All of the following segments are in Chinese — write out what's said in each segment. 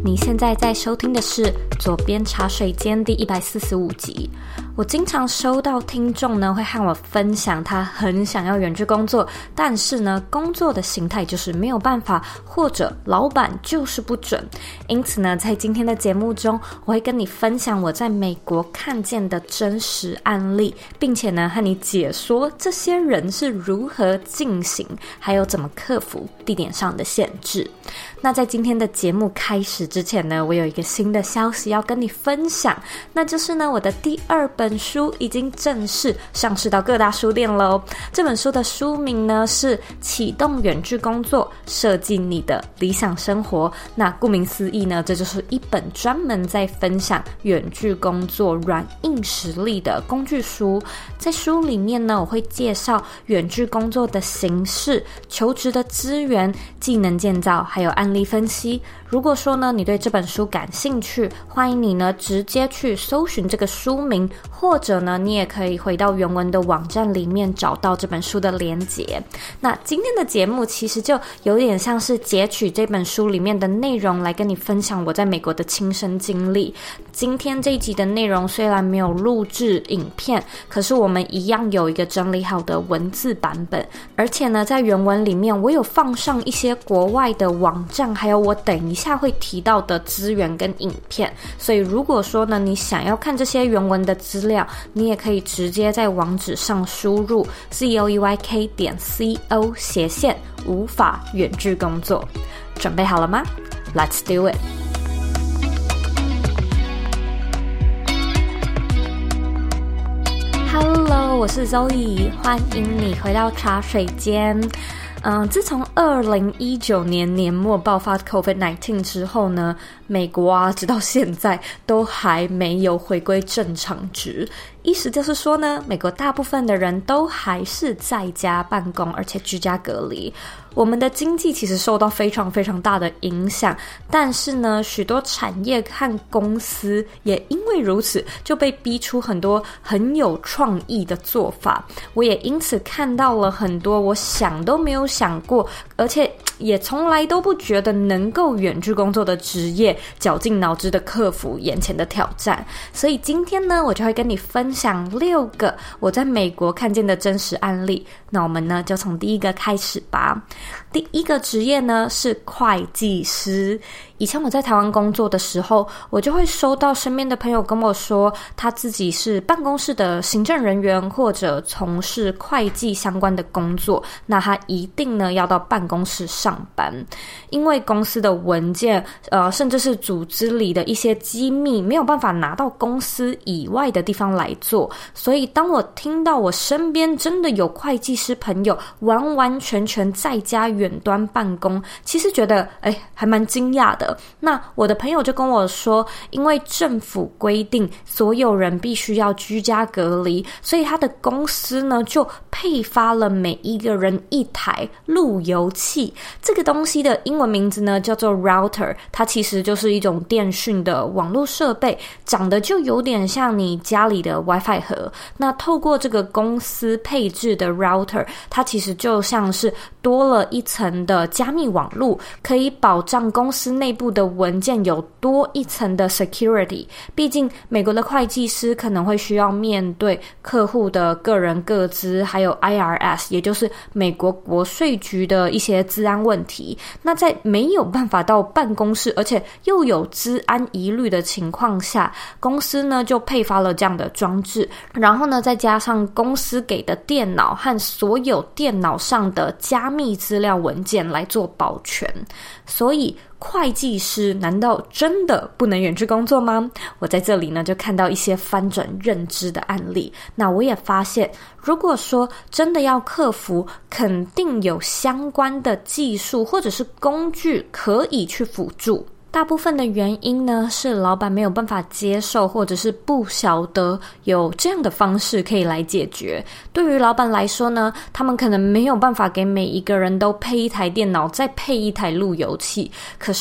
你现在在收听的是左边茶水间第145集。我经常收到听众呢会和我分享他很想要远距工作，但是呢工作的形态就是没有办法，或者老板就是不准。因此呢在今天的节目中，我会跟你分享我在美国看见的真实案例，并且呢和你解说这些人是如何进行，还有怎么克服地点上的限制。那在今天的节目开始之前呢，我有一个新的消息要跟你分享，那就是呢我的第2本书已经正式上市到各大书店了。这本书的书名呢是启动远距工作，设计你的理想生活。那顾名思义呢，这就是一本专门在分享远距工作软硬实力的工具书。在书里面呢，我会介绍远距工作的形式、求职的资源、技能建造，还有案例分析。如果说呢你对这本书感兴趣，欢迎你呢直接去搜寻这个书名，或者呢你也可以回到原文的网站里面找到这本书的连结。那今天的节目其实就有点像是截取这本书里面的内容来跟你分享我在美国的亲身经历。今天这一集的内容虽然没有录制影片，可是我们一样有一个整理好的文字版本，而且呢在原文里面我有放上一些国外的网站，还有我等一下会提到的资源跟影片。所以如果说呢你想要看这些原文的资料，你也可以直接在网址上输入 zoeyk.co/ 无法远距工作。准备好了吗？ Let's do it。Hello， 我是 Zoe， 欢迎你回到茶水间。自从2019年年末爆发 COVID-19 之后呢，美国直到现在都还没有回归正常值。意思就是说呢，美国大部分的人都还是在家办公，而且居家隔离。我们的经济其实受到非常非常大的影响，但是呢，许多产业和公司也因为如此就被逼出很多很有创意的做法。我也因此看到了很多我想都没有想过，而且也从来都不觉得能够远距工作的职业，绞尽脑汁的克服眼前的挑战。所以今天呢，我就会跟你分享6个我在美国看见的真实案例。那我们呢就从第一个开始吧。第一个职业呢是会计师。以前我在台湾工作的时候，我就会收到身边的朋友跟我说，他自己是办公室的行政人员，或者从事会计相关的工作，那他一定呢要到办公室上班，因为公司的文件甚至是组织里的一些机密没有办法拿到公司以外的地方来做。所以当我听到我身边真的有会计师朋友完完全全在家远端办公，其实觉得还蛮惊讶的。那我的朋友就跟我说，因为政府规定所有人必须要居家隔离，所以他的公司呢就配发了每一个人一台路由器。这个东西的英文名字呢叫做 router， 它其实就是一种电讯的网络设备，长得就有点像你家里的 WiFi 盒。那透过这个公司配置的 router， 它其实就像是多了一层的加密网络，可以保障公司内部的文件有多一层的 security。 毕竟美国的会计师可能会需要面对客户的个人个资，还有 IRS， 也就是美国国税局的一些资安问题。那在没有办法到办公室，而且又有资安疑虑的情况下，公司呢就配发了这样的装置，然后呢再加上公司给的电脑和所有电脑上的加密资料文件来做保全。所以会计师难道真的不能远距工作吗？我在这里呢就看到一些翻转认知的案例。那我也发现，如果说真的要克服，肯定有相关的技术或者是工具可以去辅助。大部分的原因呢是老板没有办法接受，或者是不晓得有这样的方式可以来解决。对于老板来说呢，他们可能没有办法给每一个人都配一台电脑，再配一台路由器。可是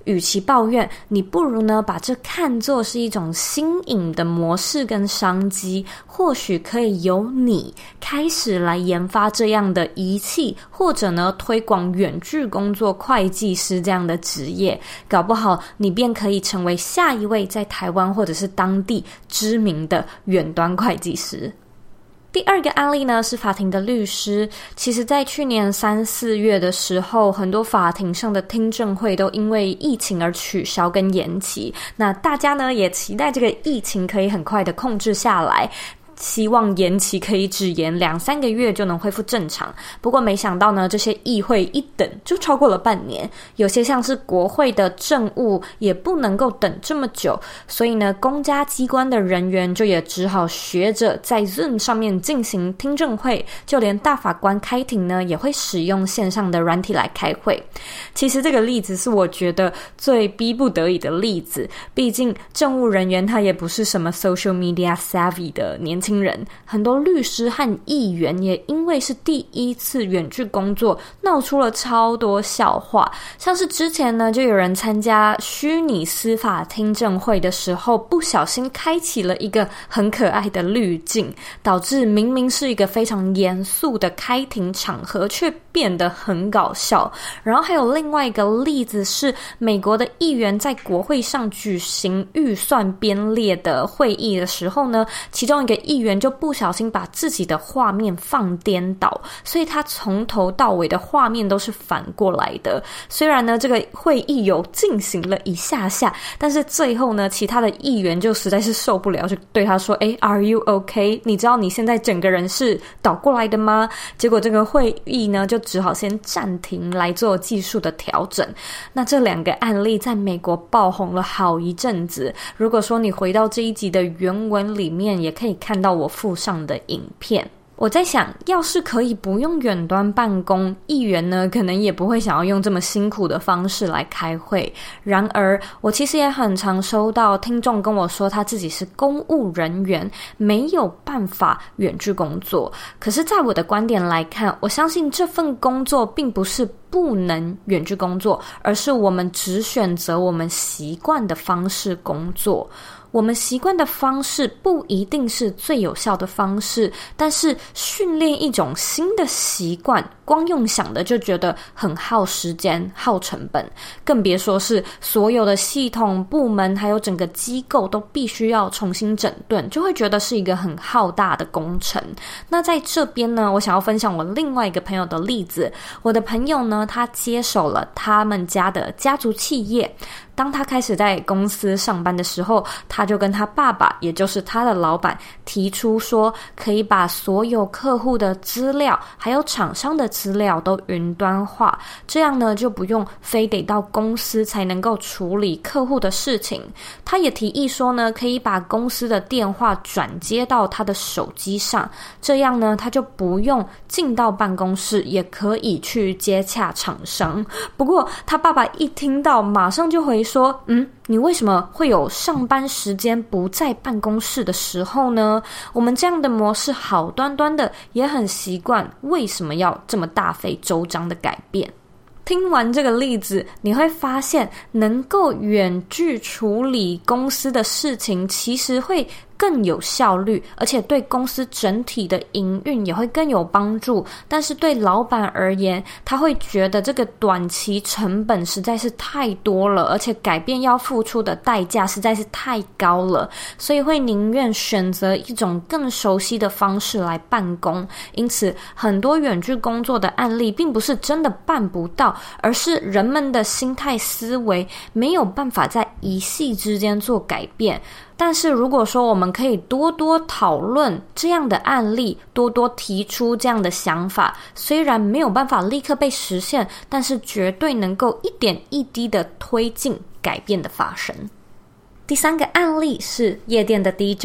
与其抱怨，你不如呢把这看作是一种新颖的模式跟商机，或许可以由你开始来研发这样的仪器，或者呢推广远距工作会计师这样的职业，搞不好你便可以成为下一位在台湾或者是当地知名的远端会计师。第二个案例呢是法庭的律师，其实在去年3、4月的时候，很多法庭上的听证会都因为疫情而取消跟延期，那大家呢也期待这个疫情可以很快的控制下来，希望延期可以只延2、3个月就能恢复正常。不过没想到呢，这些议会一等就超过了半年，有些像是国会的政务也不能够等这么久，所以呢，公家机关的人员就也只好学着在 Zoom 上面进行听证会，就连大法官开庭呢也会使用线上的软体来开会。其实这个例子是我觉得最逼不得已的例子，毕竟政务人员他也不是什么 social media savvy 的年轻人，很多律师和议员也因为是第一次远距工作，闹出了超多笑话。像是之前呢，就有人参加虚拟司法听证会的时候，不小心开启了一个很可爱的滤镜，导致明明是一个非常严肃的开庭场合，却变得很搞笑。然后还有另外一个例子是，美国的议员在国会上举行预算编列的会议的时候呢，其中一个议员就不小心把自己的画面放颠倒，所以他从头到尾的画面都是反过来的。虽然呢这个会议有进行了一下下，但是最后呢其他的议员就实在是受不了，就对他说Are you okay？ 你知道你现在整个人是倒过来的吗？结果这个会议呢就只好先暂停来做技术的调整。那这两个案例在美国爆红了好一阵子，如果说你回到这一集的原文里面，也可以看到我附上的影片。我在想，要是可以不用远端办公，议员呢可能也不会想要用这么辛苦的方式来开会。然而我其实也很常收到听众跟我说，他自己是公务人员，没有办法远距工作。可是在我的观点来看，我相信这份工作并不是不能远距工作，而是我们只选择我们习惯的方式工作。我们习惯的方式不一定是最有效的方式，但是训练一种新的习惯，光用想的就觉得很耗时间、耗成本，更别说是所有的系统、部门还有整个机构都必须要重新整顿，就会觉得是一个很浩大的工程。那在这边呢，我想要分享我另外一个朋友的例子。我的朋友呢，他接手了他们家的家族企业。当他开始在公司上班的时候，他就跟他爸爸，也就是他的老板提出说，可以把所有客户的资料还有厂商的资料都云端化，这样呢就不用非得到公司才能够处理客户的事情。他也提议说呢，可以把公司的电话转接到他的手机上，这样呢他就不用进到办公室，也可以去接洽厂商。不过他爸爸一听到，马上就回说，你为什么会有上班时间不在办公室的时候呢？我们这样的模式好端端的，也很习惯，为什么要这么大费周章的改变？听完这个例子，你会发现能够远距处理公司的事情，其实会更有效率，而且对公司整体的营运也会更有帮助。但是对老板而言，他会觉得这个短期成本实在是太多了，而且改变要付出的代价实在是太高了，所以会宁愿选择一种更熟悉的方式来办公。因此很多远距工作的案例并不是真的办不到，而是人们的心态思维没有办法在一夕之间做改变。但是如果说我们可以多多讨论这样的案例，多多提出这样的想法，虽然没有办法立刻被实现，但是绝对能够一点一滴的推进改变的发生。第三个案例是夜店的 DJ。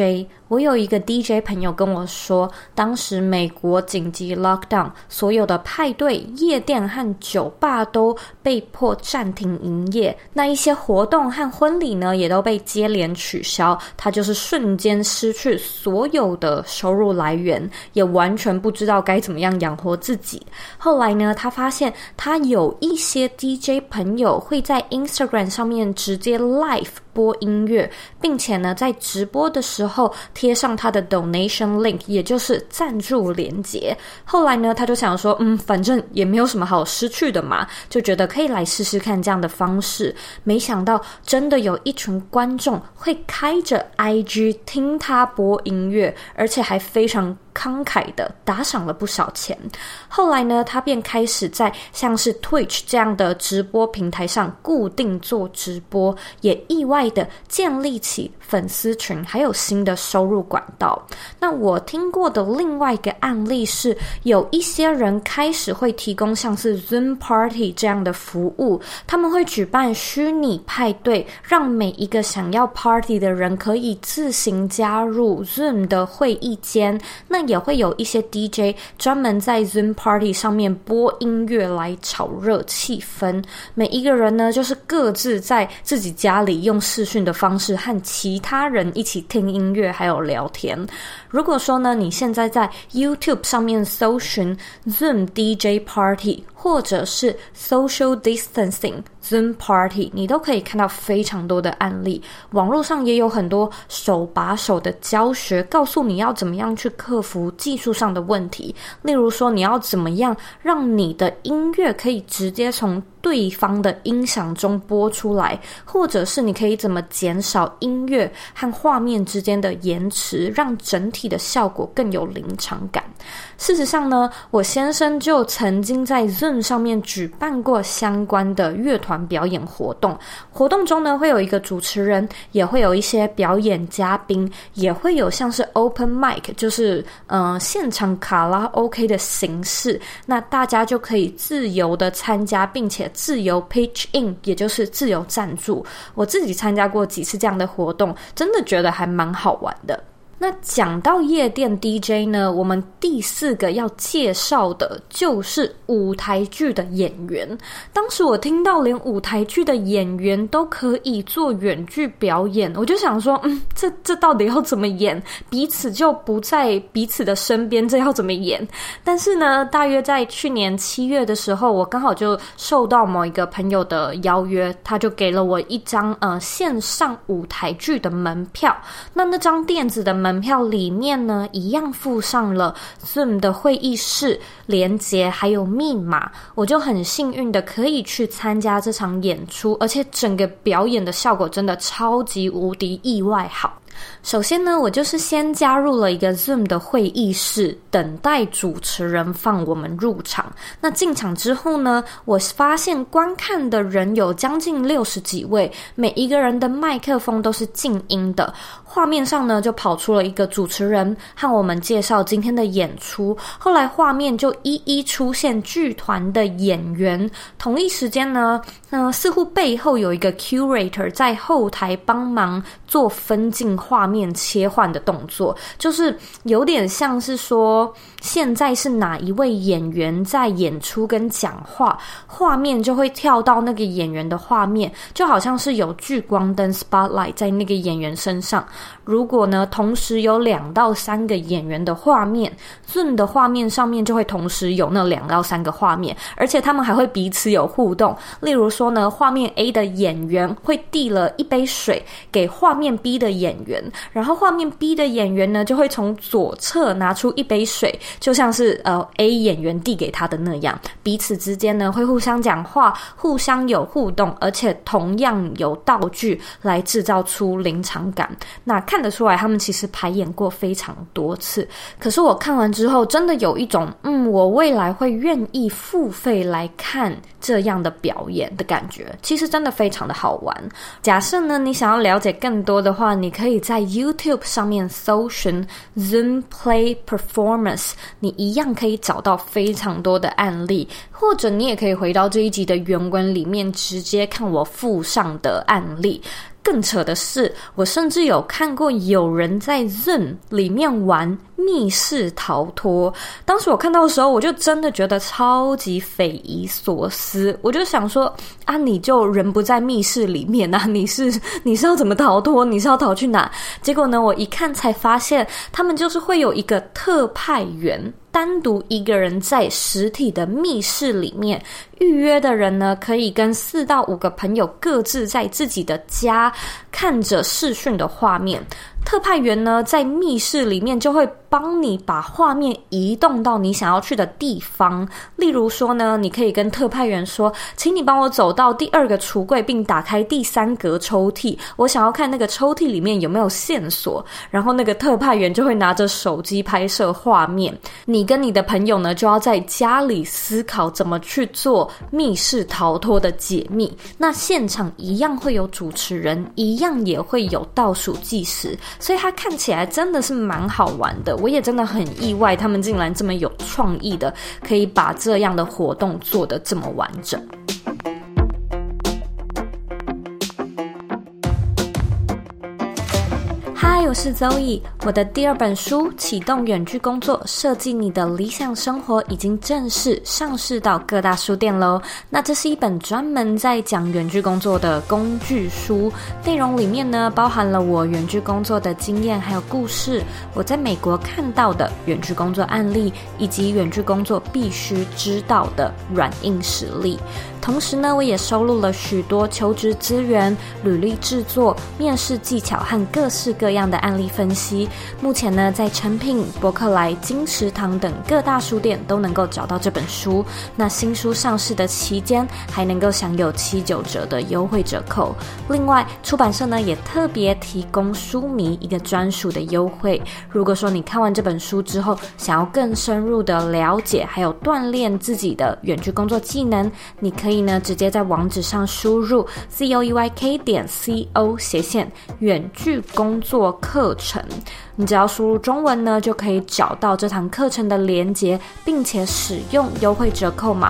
我有一个 DJ 朋友跟我说，当时美国紧急 lockdown， 所有的派对、夜店和酒吧都被迫暂停营业，那一些活动和婚礼呢也都被接连取消，他就是瞬间失去所有的收入来源，也完全不知道该怎么样养活自己。后来呢，他发现他有一些 DJ 朋友会在 Instagram 上面直接 live 播音乐，并且呢在直播的时候贴上他的 donation link， 也就是赞助连结。后来呢他就想说反正也没有什么好失去的嘛，就觉得可以来试试看这样的方式。没想到真的有一群观众会开着 IG 听他播音乐，而且还非常慷慨的打赏了不少钱。后来呢他便开始在像是 Twitch 这样的直播平台上固定做直播，也意外的建立起粉丝群还有新的收入管道。那我听过的另外一个案例是，有一些人开始会提供像是 Zoom Party 这样的服务，他们会举办虚拟派对，让每一个想要 Party 的人可以自行加入 Zoom 的会议间。那也会有一些 DJ 专门在 Zoom Party 上面播音乐来炒热气氛，每一个人呢就是各自在自己家里用视讯的方式和其他人一起听音乐还有聊天。如果说呢你现在在 YouTube 上面搜寻 Zoom DJ Party 或者是 Social Distancing Zoom Party， 你都可以看到非常多的案例，网络上也有很多手把手的教学，告诉你要怎么样去克服技术上的问题。例如说你要怎么样让你的音乐可以直接从对方的音响中播出来，或者是你可以怎么减少音乐和画面之间的延迟，让整体的效果更有临场感。事实上呢，我先生就曾经在 Zoom 上面举办过相关的乐团表演活动，活动中呢会有一个主持人，也会有一些表演嘉宾，也会有像是 open mic， 就是现场卡拉 OK 的形式，那大家就可以自由的参加，并且自由 pitch in， 也就是自由赞助。我自己参加过几次这样的活动，真的觉得还蛮好玩的。那讲到夜店 DJ 呢，我们第4个要介绍的就是舞台剧的演员。当时我听到连舞台剧的演员都可以做远距表演，我就想说这到底要怎么演？彼此就不在彼此的身边，这要怎么演？但是呢，大约在去年7月的时候，我刚好就受到某一个朋友的邀约，他就给了我一张线上舞台剧的门票。那张电子的门票里面呢，一样附上了 Zoom 的会议室连结还有密码，我就很幸运的可以去参加这场演出，而且整个表演的效果真的超级无敌意外好。首先呢，我就是先加入了一个 Zoom 的会议室，等待主持人放我们入场。那进场之后呢，我发现观看的人有将近60几位，每一个人的麦克风都是静音的。画面上呢，就跑出了一个主持人和我们介绍今天的演出。后来画面就一一出现剧团的演员。同一时间呢，似乎背后有一个 curator 在后台帮忙做分镜画面切换的动作，就是有点像是说现在是哪一位演员在演出跟讲话，画面就会跳到那个演员的画面，就好像是有聚光灯 spotlight 在那个演员身上。如果呢同时有2到3个演员的画面， Zoom 的画面上面就会同时有那2到3个画面，而且他们还会彼此有互动。例如说呢，画面 A 的演员会递了一杯水给画面 B 的演员，然后画面 B 的演员呢就会从左侧拿出一杯水，就像是A 演员递给他的那样，彼此之间呢会互相讲话，互相有互动，而且同样有道具来制造出临场感。那看得出来他们其实排演过非常多次，可是我看完之后真的有一种我未来会愿意付费来看这样的表演的感觉，其实真的非常的好玩。假设呢你想要了解更多的话，你可以在 YouTube 上面搜寻 Zoom Play Performance， 你一样可以找到非常多的案例，或者你也可以回到这一集的原文里面直接看我附上的案例。 更扯的是，我甚至有看过有人在 Zoom 里面玩密室逃脱。当时我看到的时候，我就真的觉得超级匪夷所思。我就想说啊，你就人不在密室里面啊，你是要怎么逃脱？你是要逃去哪？结果呢，我一看才发现，他们就是会有一个特派员，单独一个人在实体的密室里面，预约的人呢，可以跟4到5个朋友各自在自己的家看着视讯的画面。特派员呢，在密室里面就会帮你把画面移动到你想要去的地方。例如说呢，你可以跟特派员说，请你帮我走到第2个橱柜，并打开第3格抽屉，我想要看那个抽屉里面有没有线索。然后那个特派员就会拿着手机拍摄画面，你跟你的朋友呢，就要在家里思考怎么去做密室逃脱的解密。那现场一样会有主持人，一样也会有倒数计时，所以它看起来真的是蛮好玩的。我也真的很意外，他们竟然这么有创意的，可以把这样的活动做得这么完整。嗨，我是 Zoe， 我的第2本书《启动远距工作，设计你的理想生活》已经正式上市到各大书店咯。那这是一本专门在讲远距工作的工具书，内容里面呢，包含了我远距工作的经验还有故事，我在美国看到的远距工作案例，以及远距工作必须知道的软硬实力。同时呢，我也收录了许多求职资源、履历制作、面试技巧和各式各样的案例分析。目前呢，在诚品、博客来、金石堂等各大书店都能够找到这本书。那新书上市的期间，还能够享有79折的优惠折扣。另外，出版社呢也特别提供书迷一个专属的优惠。如果说你看完这本书之后，想要更深入的了解，还有锻炼自己的远距工作技能，你可以呢直接在网址上输入 zoeyk.co/ 远距工作课程。你只要输入中文呢，就可以找到这堂课程的连结，并且使用优惠折扣码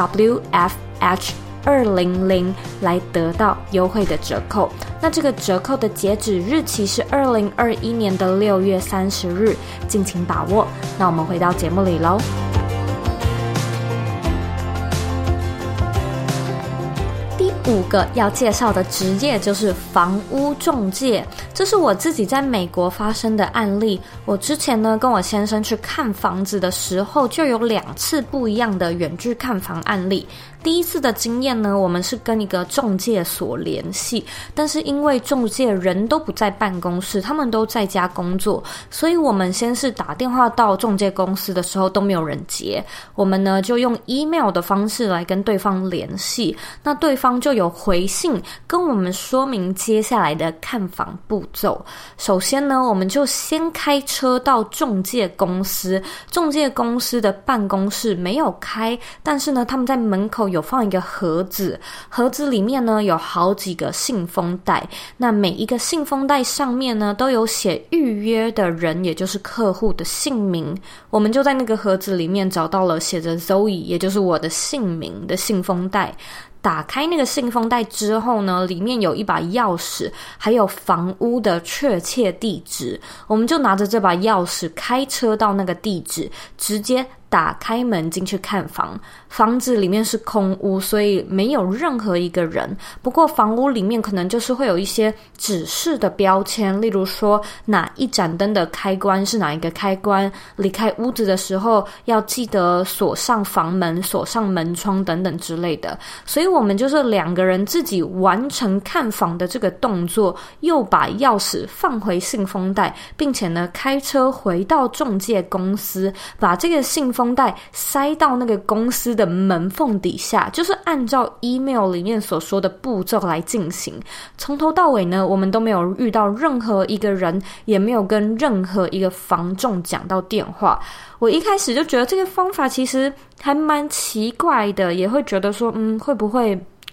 WFH200 来得到优惠的折扣。那这个折扣的截止日期是2021年的6月30日，敬请把握。那我们回到节目里咯。5个要介绍的职业就是房屋仲介，这是我自己在美国发生的案例。我之前呢跟我先生去看房子的时候，就有2次不一样的远距看房案例。第一次的经验呢，我们是跟一个仲介所联系，但是因为仲介人都不在办公室，他们都在家工作，所以我们先是打电话到仲介公司的时候都没有人接，我们呢就用 email 的方式来跟对方联系，那对方就有回信跟我们说明接下来的看房步骤。首先呢，我们就先开车到仲介公司，仲介公司的办公室没有开，但是呢他们在门口有放一个盒子，盒子里面呢有好几个信封袋，那每一个信封袋上面呢都有写预约的人，也就是客户的姓名。我们就在那个盒子里面找到了写着 Zoe， 也就是我的姓名的信封袋。打开那个信封袋之后呢，里面有一把钥匙，还有房屋的确切地址。我们就拿着这把钥匙开车到那个地址，直接打开门进去看房。房子里面是空屋，所以没有任何一个人。不过房屋里面可能就是会有一些指示的标签，例如说哪一盏灯的开关是哪一个开关，离开屋子的时候要记得锁上房门、锁上门窗等等之类的。所以我们就是2个人自己完成看房的这个动作，又把钥匙放回信封袋，并且呢开车回到仲介公司，把这个信封袋塞到那个公司的门缝底下，就是按照 email 里面所说的步骤来进行。从头到尾呢，我们都没有遇到任何一个人，也没有跟任何一个房仲讲到电话。我一开始就觉得这个方法其实还蛮奇怪的，也会觉得说会不会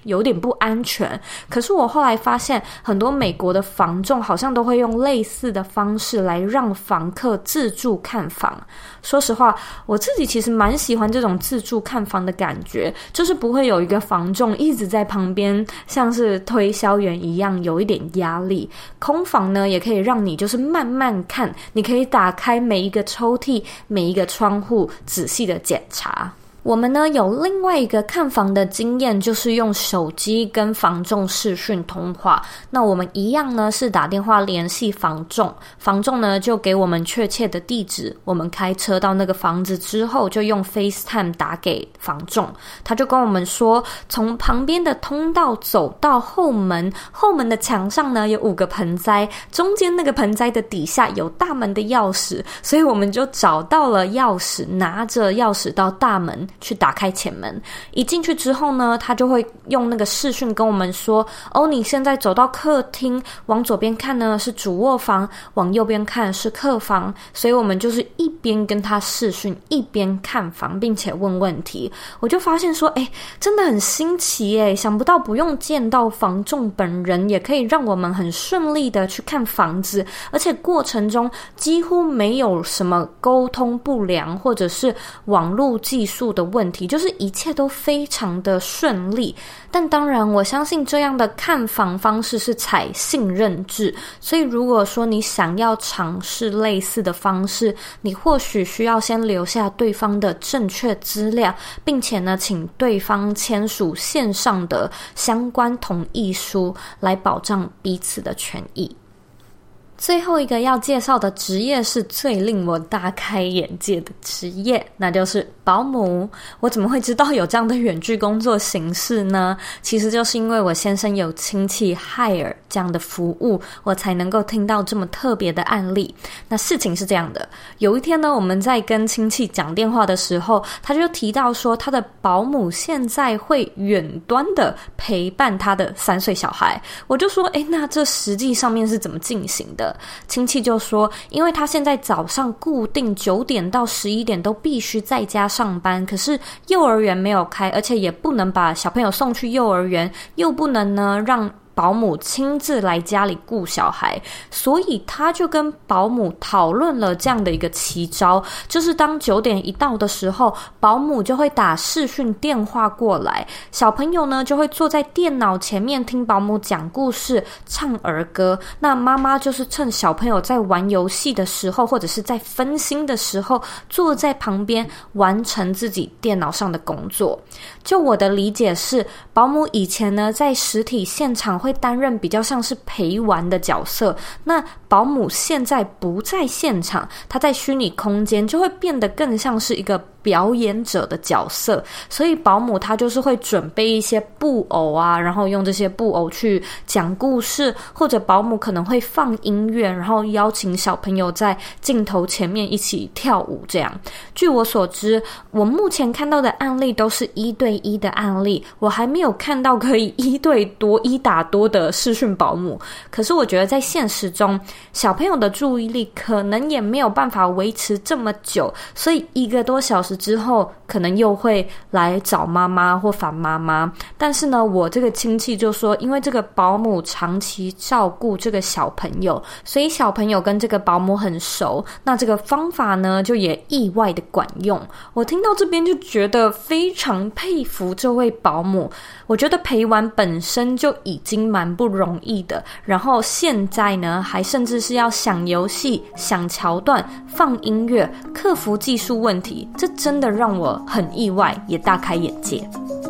有点不安全。可是我后来发现，很多美国的房仲好像都会用类似的方式来让房客自助看房。说实话，我自己其实蛮喜欢这种自助看房的感觉，就是不会有一个房仲一直在旁边像是推销员一样有一点压力。空房呢也可以让你就是慢慢看，你可以打开每一个抽屉每一个窗户仔细的检查。我们呢有另外一个看房的经验，就是用手机跟房仲视讯通话。那我们一样呢是打电话联系房仲，房仲呢就给我们确切的地址，我们开车到那个房子之后就用 FaceTime 打给房仲，他就跟我们说从旁边的通道走到后门，后门的墙上呢有5个盆栽，中间那个盆栽的底下有大门的钥匙，所以我们就找到了钥匙，拿着钥匙到大门去打开前门。一进去之后呢，他就会用那个视讯跟我们说，你现在走到客厅，往左边看呢是主卧房，往右边看是客房。所以我们就是一边跟他视讯一边看房，并且问问题。我就发现说真的很新奇耶，想不到不用见到房仲本人也可以让我们很顺利的去看房子，而且过程中几乎没有什么沟通不良或者是网络技术的问题，就是一切都非常的顺利。但当然我相信这样的看房方式是采信任制，所以如果说你想要尝试类似的方式，你或许需要先留下对方的正确资料，并且呢请对方签署线上的相关同意书，来保障彼此的权益。最后一个要介绍的职业是最令我大开眼界的职业，那就是保姆。我怎么会知道有这样的远距工作形式呢？其实就是因为我先生有亲戚 hire 这样的服务，我才能够听到这么特别的案例。那事情是这样的，有一天呢，我们在跟亲戚讲电话的时候，他就提到说他的保姆现在会远端的陪伴他的3岁小孩。我就说那这实际上面是怎么进行的？亲戚就说，因为他现在早上固定9点到11点都必须在家上班，可是幼儿园没有开，而且也不能把小朋友送去幼儿园，又不能呢让保姆亲自来家里顾小孩，所以他就跟保姆讨论了这样的一个奇招，就是当9点一到的时候，保姆就会打视讯电话过来，小朋友呢就会坐在电脑前面听保姆讲故事唱儿歌，那妈妈就是趁小朋友在玩游戏的时候或者是在分心的时候，坐在旁边完成自己电脑上的工作。就我的理解是，保姆以前呢在实体现场会担任比较像是陪玩的角色，那保姆现在不在现场，他在虚拟空间就会变得更像是一个表演者的角色，所以保姆他就是会准备一些布偶啊，然后用这些布偶去讲故事，或者保姆可能会放音乐，然后邀请小朋友在镜头前面一起跳舞这样。据我所知，我目前看到的案例都是1对1的案例，我还没有看到可以1对多1打多的视讯保姆。可是我觉得在现实中，小朋友的注意力可能也没有办法维持这么久，所以1个多小时之后可能又会来找妈妈或烦妈妈。但是呢，我这个亲戚就说，因为这个保姆长期照顾这个小朋友，所以小朋友跟这个保姆很熟，那这个方法呢就也意外的管用。我听到这边就觉得非常佩服这位保姆，我觉得陪玩本身就已经蛮不容易的，然后现在呢还甚至是要想游戏、想桥段、放音乐、克服技术问题，这真的让我很意外，也大开眼界。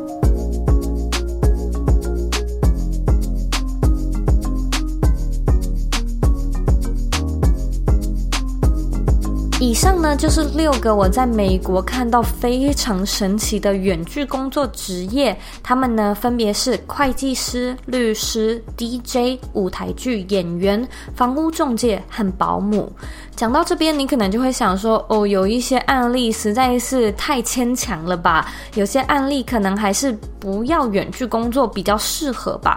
以上呢就是6个我在美国看到非常神奇的远距工作职业，他们呢分别是会计师、律师、DJ、舞台剧演员、房屋中介和保姆。讲到这边，你可能就会想说，有一些案例实在是太牵强了吧，有些案例可能还是不要远距工作比较适合吧。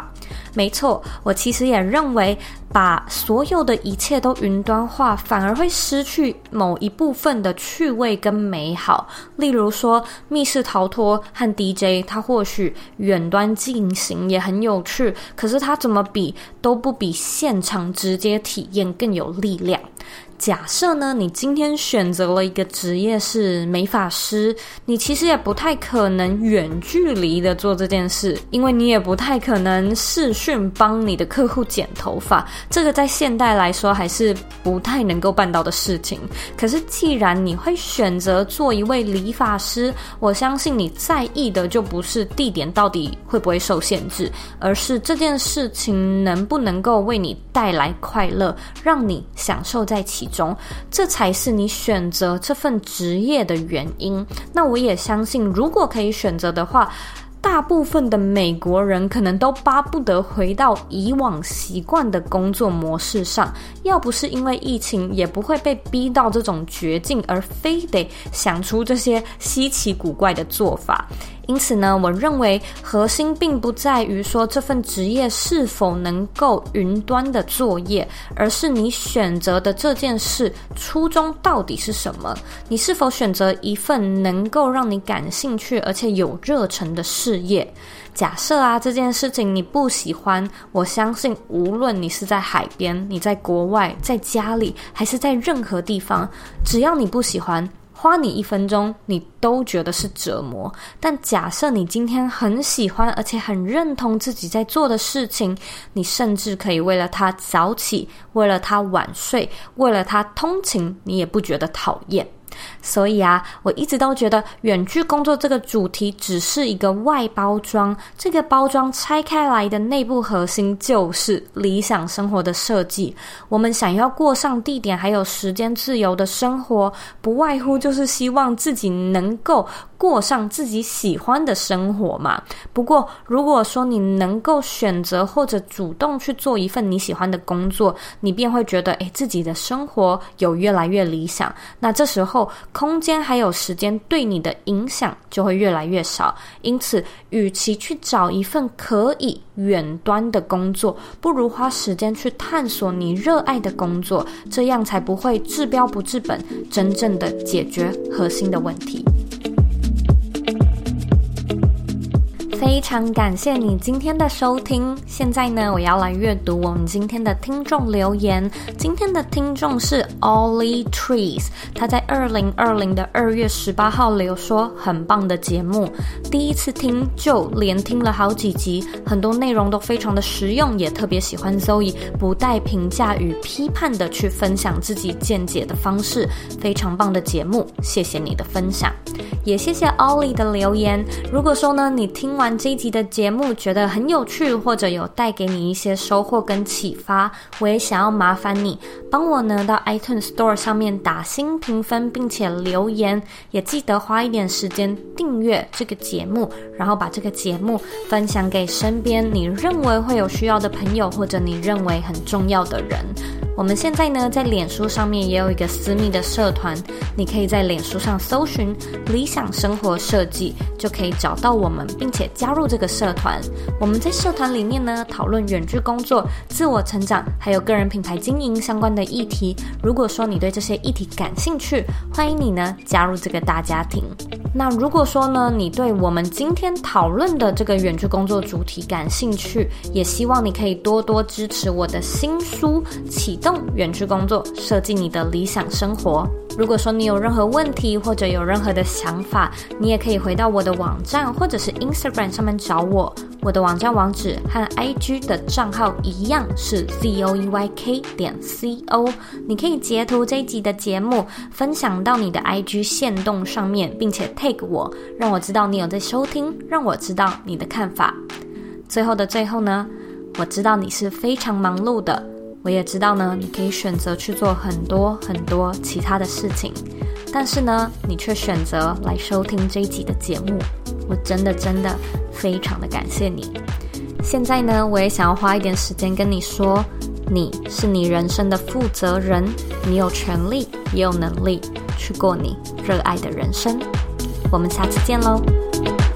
没错，我其实也认为把所有的一切都云端化，反而会失去某一部分的趣味跟美好。例如说密室逃脱和 DJ， 它或许远端进行也很有趣，可是它怎么比都不比现场直接体验更有力量。假设呢，你今天选择了一个职业是美发师，你其实也不太可能远距离的做这件事，因为你也不太可能视讯帮你的客户剪头发，这个在现代来说还是不太能够办到的事情。可是既然你会选择做一位理发师，我相信你在意的就不是地点到底会不会受限制，而是这件事情能不能够为你带来快乐，让你享受在其中，这才是你选择这份职业的原因。那我也相信，如果可以选择的话，大部分的美国人可能都巴不得回到以往习惯的工作模式上，要不是因为疫情，也不会被逼到这种绝境，而非得想出这些稀奇古怪的做法。因此呢，我认为核心并不在于说这份职业是否能够云端的作业，而是你选择的这件事初衷到底是什么？你是否选择一份能够让你感兴趣而且有热忱的事业？假设啊，这件事情你不喜欢，我相信无论你是在海边，你在国外，在家里，还是在任何地方，只要你不喜欢，花你1分钟你都觉得是折磨。但假设你今天很喜欢而且很认同自己在做的事情，你甚至可以为了它早起，为了它晚睡，为了它通勤，你也不觉得讨厌。所以啊，我一直都觉得远距工作这个主题只是一个外包装，这个包装拆开来的内部核心就是理想生活的设计。我们想要过上地点还有时间自由的生活，不外乎就是希望自己能够过上自己喜欢的生活嘛。不过如果说你能够选择或者主动去做一份你喜欢的工作，你便会觉得自己的生活有越来越理想。那这时候空间还有时间对你的影响就会越来越少。因此与其去找一份可以远端的工作，不如花时间去探索你热爱的工作，这样才不会治标不治本，真正的解决核心的问题。非常感谢你今天的收听。现在呢，我要来阅读我们今天的听众留言。今天的听众是 Ollie Trees， 他在2020的2月18号留说，很棒的节目，第一次听就连听了好几集，很多内容都非常的实用，也特别喜欢 Zoe 不带评价与批判的去分享自己见解的方式，非常棒的节目，谢谢你的分享。也谢谢 Ollie 的留言。如果说呢，你听完这一集的节目觉得很有趣，或者有带给你一些收获跟启发，我也想要麻烦你帮我呢到 iTunes Store 上面打星评分，并且留言，也记得花一点时间订阅这个节目，然后把这个节目分享给身边你认为会有需要的朋友，或者你认为很重要的人。我们现在呢，在脸书上面也有一个私密的社团，你可以在脸书上搜寻理想生活设计，就可以找到我们，并且加入这个社团。我们在社团里面呢，讨论远距工作、自我成长，还有个人品牌经营相关的议题。如果说你对这些议题感兴趣，欢迎你呢加入这个大家庭。那如果说呢，你对我们今天讨论的这个远距工作主题感兴趣，也希望你可以多多支持我的新书《启动远距工作，设计你的理想生活》。如果说你有任何问题或者有任何的想法，你也可以回到我的网站或者是 Instagram 上面找我。我的网站网址和 IG 的账号一样是 zoeyk.co， 你可以截图这一集的节目分享到你的 IG 限动上面，并且 tag 我，让我知道你有在收听，让我知道你的看法。最后的最后呢，我知道你是非常忙碌的，我也知道呢，你可以选择去做很多很多其他的事情，但是呢，你却选择来收听这一集的节目，我真的非常的感谢你。现在呢，我也想要花一点时间跟你说，你是你人生的负责人，你有权利也有能力去过你热爱的人生。我们下次见咯。